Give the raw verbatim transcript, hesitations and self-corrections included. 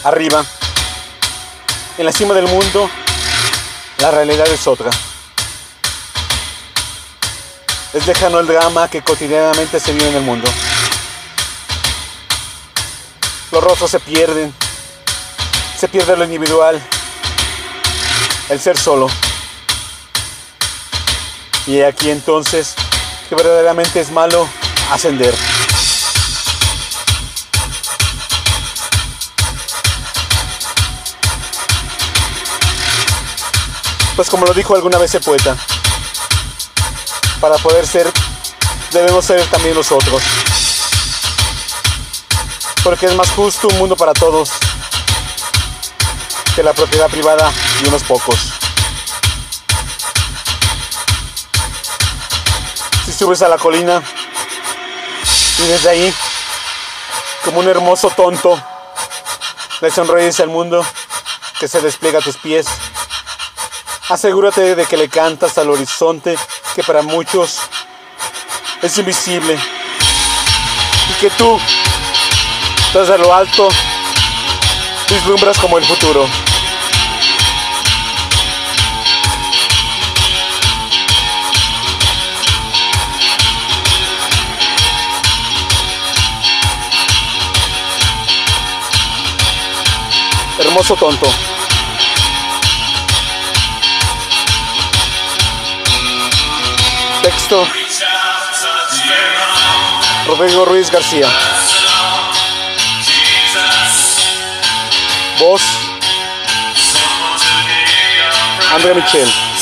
arriba, en la cima del mundo, la realidad es otra. Es lejano el drama que cotidianamente se vive en el mundo. Los rostros se pierden, se pierde lo individual, el ser solo. Y aquí entonces que verdaderamente es malo ascender. Pues como lo dijo alguna vez el poeta, para poder ser, debemos ser también nosotros. Porque es más justo un mundo para todos que la propiedad privada de unos pocos. Si subes a la colina y desde ahí, como un hermoso tonto, le sonríes al mundo que se despliega a tus pies, asegúrate de que le cantas al horizonte que para muchos es invisible y que tú, desde lo alto, vislumbras como el futuro. Hermoso tonto. Texto: Rodrigo Ruiz García. Voz: Andrea Michel.